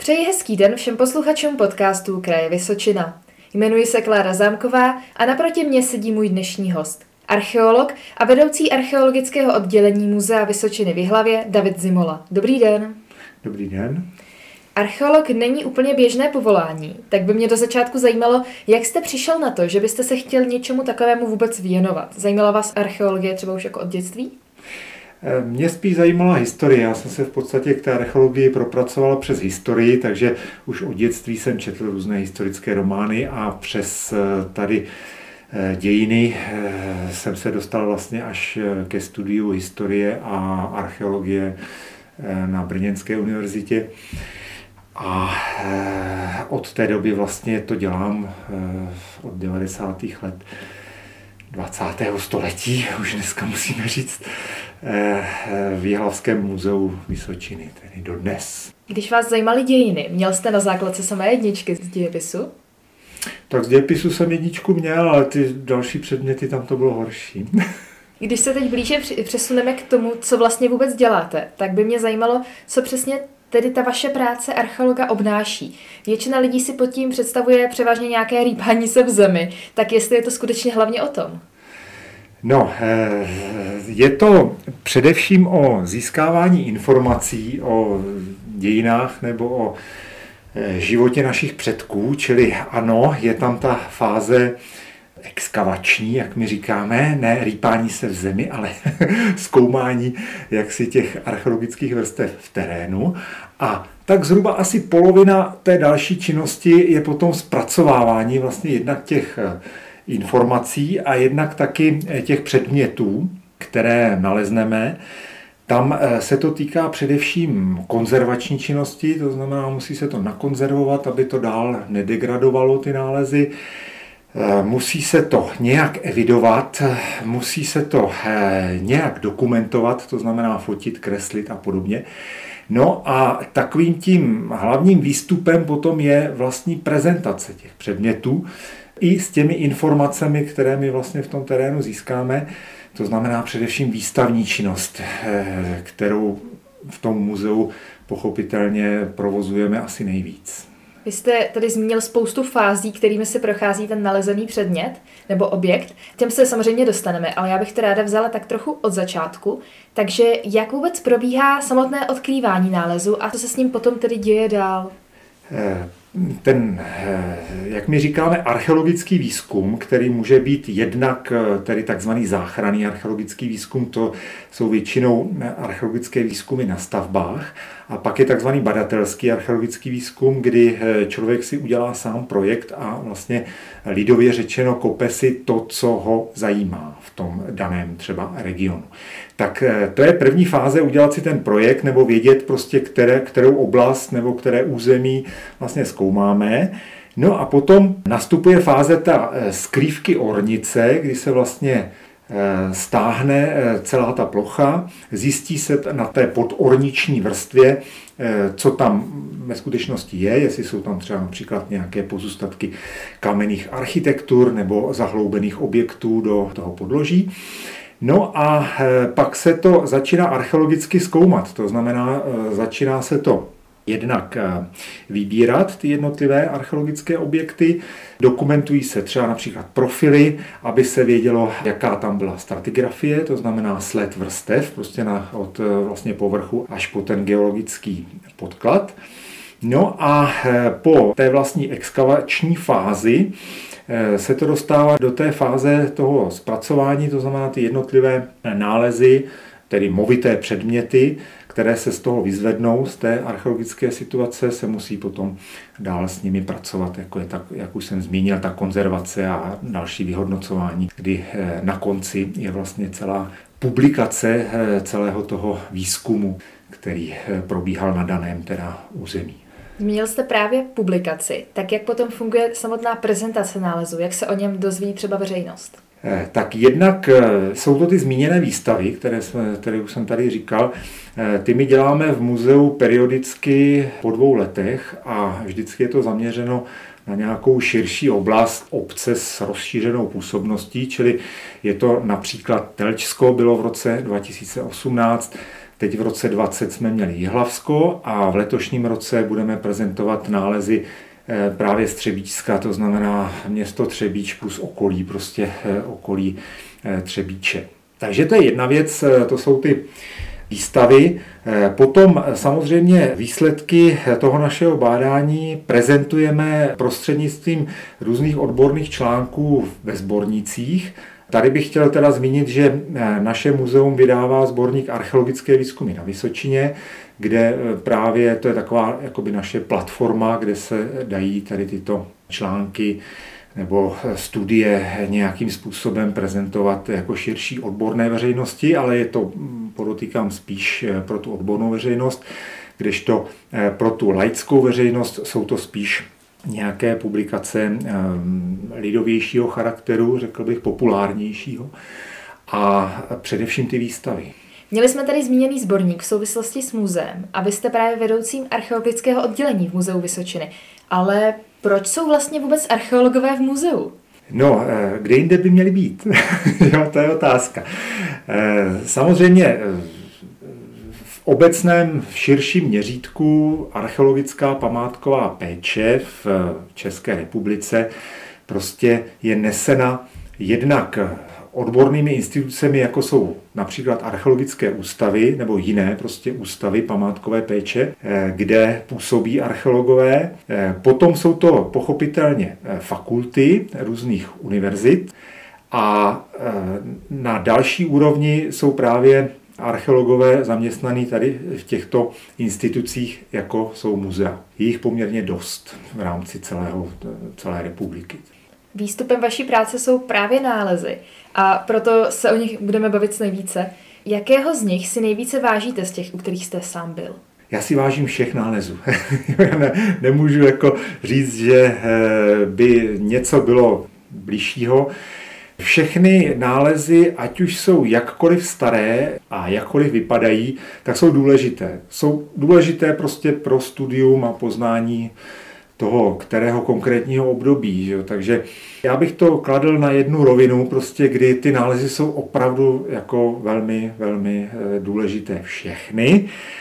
Přeji hezký den všem posluchačům podcastu Kraje Vysočina. Jmenuji se Klára Zámková a naproti mně sedí můj dnešní host, archeolog a vedoucí archeologického oddělení Muzea Vysočiny v Jihlavě David Zimola. Dobrý den. Dobrý den. Archeolog není úplně běžné povolání, tak by mě do začátku zajímalo, jak jste přišel na to, že byste se chtěl něčemu takovému vůbec věnovat. Zajímala vás archeologie třeba už jako od dětství? Mě spíš zajímala historie. Já jsem se v podstatě k té archeologii propracoval přes historii, takže už od dětství jsem četl různé historické romány a přes tady dějiny jsem se dostal vlastně až ke studiu historie a archeologie na Brněnské univerzitě. A od té doby vlastně to dělám od 90. let 20. století, už dneska musíme říct, v Jihlavském muzeu Vysočiny, tedy dodnes. Když vás zajímaly dějiny, měl jste na základce samé jedničky z dějepisu? Tak z dějepisu jsem jedničku měl, ale ty další předměty tam to bylo horší. Když se teď blíže přesuneme k tomu, co vlastně vůbec děláte, tak by mě zajímalo, co přesně tedy ta vaše práce archeologa obnáší. Většina lidí si pod tím představuje převážně nějaké rýpání se v zemi, tak jestli je to skutečně hlavně o tom? No, je to především o získávání informací o dějinách nebo o životě našich předků, čili ano, je tam ta fáze exkavační, jak my říkáme, ne rýpání se v zemi, ale zkoumání jaksi těch archeologických vrstev v terénu. A tak zhruba asi polovina té další činnosti je potom zpracovávání vlastně jednak těch informací a jednak taky těch předmětů, které nalezneme. Tam se to týká především konzervační činnosti, to znamená, musí se to nakonzervovat, aby to dál nedegradovalo ty nálezy. Musí se to nějak evidovat, musí se to nějak dokumentovat, to znamená fotit, kreslit a podobně. No a takovým tím hlavním výstupem potom je vlastní prezentace těch předmětů i s těmi informacemi, které my vlastně v tom terénu získáme. To znamená především výstavní činnost, kterou v tom muzeu pochopitelně provozujeme asi nejvíc. Vy jste tady zmínil spoustu fází, kterými se prochází ten nalezený předmět nebo objekt. Těm se samozřejmě dostaneme, ale já bych to ráda vzala tak trochu od začátku. Takže jak vůbec probíhá samotné odkrývání nálezu a co se s ním potom tedy děje dál? Ten, jak my říkáme, archeologický výzkum, který může být jednak tedy takzvaný záchranný archeologický výzkum, to jsou většinou archeologické výzkumy na stavbách, a pak je takzvaný badatelský archeologický výzkum, kdy člověk si udělá sám projekt a vlastně lidově řečeno kope si to, co ho zajímá v tom daném třeba regionu. Tak to je první fáze, udělat si ten projekt nebo vědět prostě, kterou oblast nebo které území vlastně zkoumáme. No a potom nastupuje fáze ta skrývky ornice, kdy se vlastně stáhne celá ta plocha, zjistí se na té podorniční vrstvě, co tam ve skutečnosti je, jestli jsou tam třeba například nějaké pozůstatky kamenných architektur nebo zahloubených objektů do toho podloží. No a pak se to začíná archeologicky zkoumat, to znamená, začíná se to jednak vybírat ty jednotlivé archeologické objekty, dokumentují se třeba například profily, aby se vědělo, jaká tam byla stratigrafie, to znamená sled vrstev, prostě od vlastně povrchu až po ten geologický podklad. No a po té vlastní exkavační fázi se to dostává do té fáze toho zpracování, to znamená ty jednotlivé nálezy, tedy movité předměty, které se z toho vyzvednou, z té archeologické situace, se musí potom dál s nimi pracovat, jako je jak už jsem zmínil, ta konzervace a další vyhodnocování, kdy na konci je vlastně celá publikace celého toho výzkumu, který probíhal na daném teda území. Zmínil jste právě publikaci, tak jak potom funguje samotná prezentace nálezu, jak se o něm dozví třeba veřejnost? Tak jednak jsou to ty zmíněné výstavy, které už jsem tady říkal. Ty my děláme v muzeu periodicky po 2 letech a vždycky je to zaměřeno na nějakou širší oblast obce s rozšířenou působností, čili je to například Telčsko bylo v roce 2018, Teď v roce 20 jsme měli Jihlavsko a v letošním roce budeme prezentovat nálezy právě z Třebíčska, to znamená město Třebíč plus okolí, prostě okolí Třebíče. Takže to je jedna věc, to jsou ty výstavy. Potom samozřejmě výsledky toho našeho bádání prezentujeme prostřednictvím různých odborných článků ve sbornících. Tady bych chtěl teda zmínit, že naše muzeum vydává sborník Archeologické výzkumy na Vysočině, kde právě to je taková jakoby naše platforma, kde se dají tady tyto články nebo studie nějakým způsobem prezentovat jako širší odborné veřejnosti, ale je to, podotýkám, spíš pro tu odbornou veřejnost, kdežto pro tu laickou veřejnost jsou to spíš nějaké publikace lidovějšího charakteru, řekl bych populárnějšího, a především ty výstavy. Měli jsme tady zmíněný sborník v souvislosti s muzeem a vy jste právě vedoucím archeologického oddělení v Muzeu Vysočiny. Ale proč jsou vlastně vůbec archeologové v muzeu? No, kde jinde by měli být? Jo, to je otázka. Samozřejmě v obecném širším měřítku archeologická památková péče v České republice prostě je nesena jednak odbornými institucemi, jako jsou například archeologické ústavy nebo jiné prostě ústavy památkové péče, kde působí archeologové. Potom jsou to pochopitelně fakulty různých univerzit a na další úrovni jsou právě archeologové zaměstnaní tady v těchto institucích, jako jsou muzea. Je jich poměrně dost v rámci celé republiky. Výstupem vaší práce jsou právě nálezy a proto se o nich budeme bavit nejvíce. Jakého z nich si nejvíce vážíte z těch, u kterých jste sám byl? Já si vážím všech nálezů. Nemůžu jako říct, že by něco bylo bližšího. Všechny nálezy, ať už jsou jakkoliv staré a jakkoliv vypadají, tak jsou důležité. Jsou důležité prostě pro studium a poznání toho, kterého konkrétního období. Že? Takže já bych to kladl na jednu rovinu, prostě, kdy ty nálezy jsou opravdu jako velmi, velmi důležité všechny.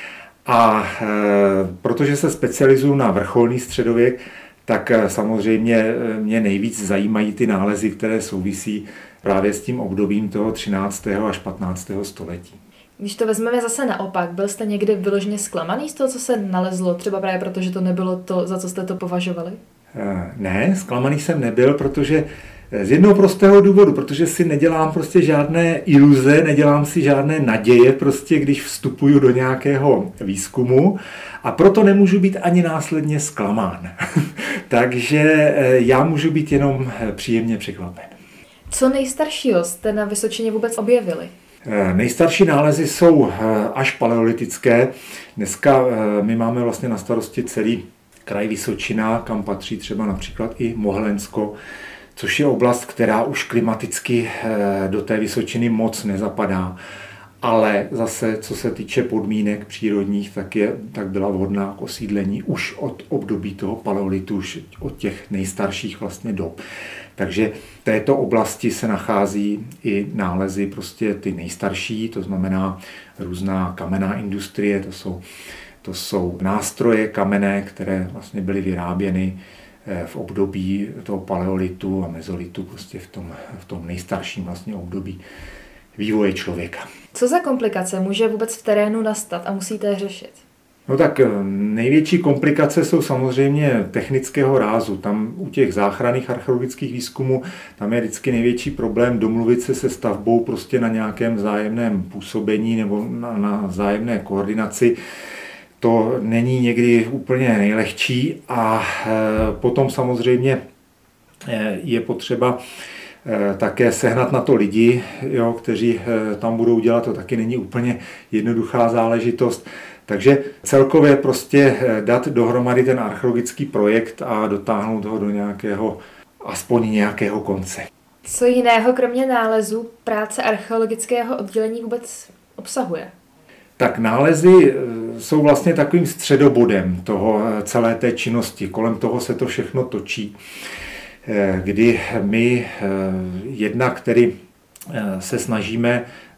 A protože se specializuju na vrcholný středověk, tak samozřejmě mě nejvíc zajímají ty nálezy, které souvisí právě s tím obdobím toho 13. až 15. století. Když to vezmeme zase naopak, byl jste někdy vyloženě zklamaný z toho, co se nalezlo, třeba právě proto, že to nebylo to, za co jste to považovali? Ne, zklamaný jsem nebyl, protože z jednoho prostého důvodu, protože si nedělám prostě žádné iluze, nedělám si žádné naděje, prostě když vstupuju do nějakého výzkumu, a proto nemůžu být ani následně zklamán. Takže já můžu být jenom příjemně překvapen. Co nejstaršího jste na Vysočině vůbec objevili? Nejstarší nálezy jsou až paleolitické. Dneska my máme vlastně na starosti celý kraj Vysočina, kam patří třeba například i Mohelensko, což je oblast, která už klimaticky do té Vysočiny moc nezapadá. Ale zase, co se týče podmínek přírodních, tak byla vhodná k osídlení už od období toho paleolitu, už od těch nejstarších vlastně dob. Takže v této oblasti se nachází i nálezy prostě ty nejstarší, to znamená různá kamenná industrie, to jsou nástroje kamenné, které vlastně byly vyráběny v období toho paleolitu a mezolitu, prostě v tom nejstarším vlastně období vývoje člověka. Co za komplikace může vůbec v terénu nastat a musíte je řešit? No tak největší komplikace jsou samozřejmě technického rázu. Tam u těch záchranných archeologických výzkumů tam je vždycky největší problém domluvit se stavbou prostě na nějakém vzájemném působení nebo na vzájemné koordinaci. To není někdy úplně nejlehčí a potom samozřejmě je potřeba také sehnat na to lidi, jo, kteří tam budou dělat, to taky není úplně jednoduchá záležitost. Takže celkově prostě dát dohromady ten archeologický projekt a dotáhnout ho do aspoň nějakého konce. Co jiného kromě nálezů práce archeologického oddělení vůbec obsahuje? Tak nálezy jsou vlastně takovým středobodem toho celé té činnosti. Kolem toho se to všechno točí, kdy my jednak tedy se snažíme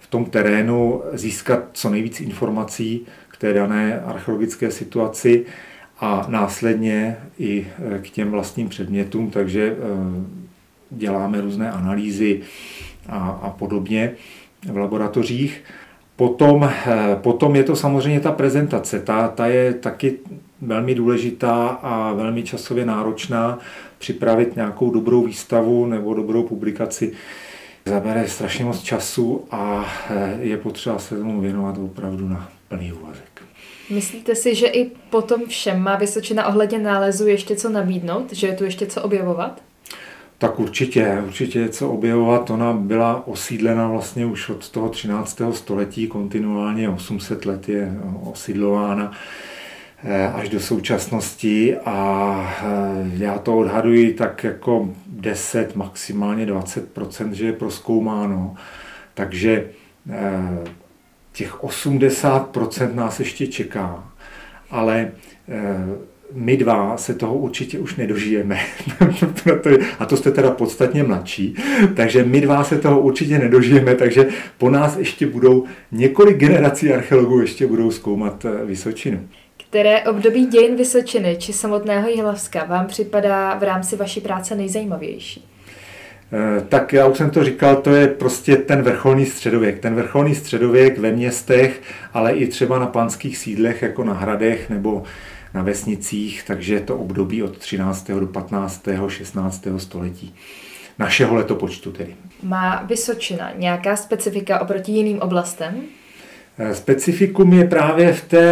v tom terénu získat co nejvíc informací k té dané archeologické situaci a následně i k těm vlastním předmětům, takže děláme různé analýzy a podobně v laboratořích. Potom je to samozřejmě ta prezentace, ta je taky velmi důležitá a velmi časově náročná. Připravit nějakou dobrou výstavu nebo dobrou publikaci zabere strašně moc času a je potřeba se tomu věnovat opravdu na plný úvazek. Myslíte si, že i po tom všem má Vysočina ohledně nálezu ještě co nabídnout? Že je tu ještě co objevovat? Tak určitě je co objevovat. Ona byla osídlena vlastně už od toho 13. století, kontinuálně 800 let je osídlována až do současnosti a já to odhaduji tak jako 10, maximálně 20%, že je prozkoumáno. Takže těch 80% nás ještě čeká, ale my dva se toho určitě už nedožijeme, a to jste teda podstatně mladší, takže my dva se toho určitě nedožijeme, takže po nás ještě budou několik generací archeologů ještě budou zkoumat Vysočinu. Které období dějin Vysočiny či samotného Jihlavska vám připadá v rámci vaší práce nejzajímavější? Tak já už jsem to říkal, to je prostě ten vrcholný středověk. Ten vrcholný středověk ve městech, ale i třeba na panských sídlech, jako na hradech nebo na vesnicích, takže je to období od 13. do 15. 16. století. Našeho letopočtu tedy. Má Vysočina nějaká specifika oproti jiným oblastem? Specifikum je právě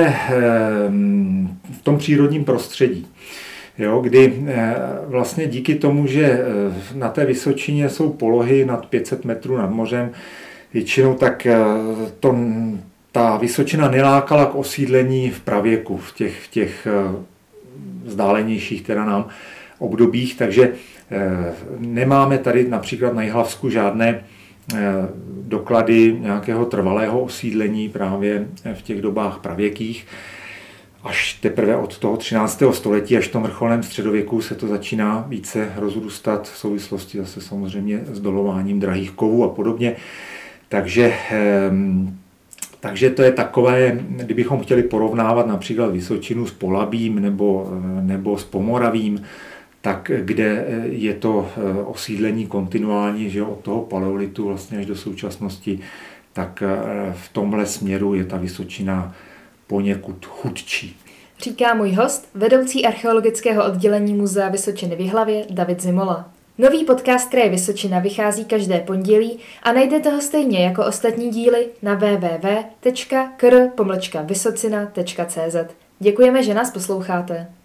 v tom přírodním prostředí. Jo, kdy vlastně díky tomu, že na té Vysočině jsou polohy nad 500 metrů nad mořem, většinou tak ta Vysočina nelákala k osídlení v pravěku, v těch vzdálenějších teda nám obdobích, takže nemáme tady například na Jihlavsku žádné doklady nějakého trvalého osídlení právě v těch dobách pravěkých. Až teprve od toho 13. století až v tom vrcholném středověku se to začíná více rozrůstat v souvislosti zase samozřejmě s dolováním drahých kovů a podobně. Takže to je takové, kdybychom chtěli porovnávat například Vysočinu s Polabím nebo s Pomoravím, tak kde je to osídlení kontinuální, že od toho paleolitu vlastně až do současnosti, tak v tomhle směru je ta Vysočina poněkud chudší. Říká můj host, vedoucí archeologického oddělení Muzea Vysočiny v Jihlavě David Zimola. Nový podcast Kraje Vysočina vychází každé pondělí a najdete ho stejně jako ostatní díly na www.kr-vysocina.cz. Děkujeme, že nás posloucháte.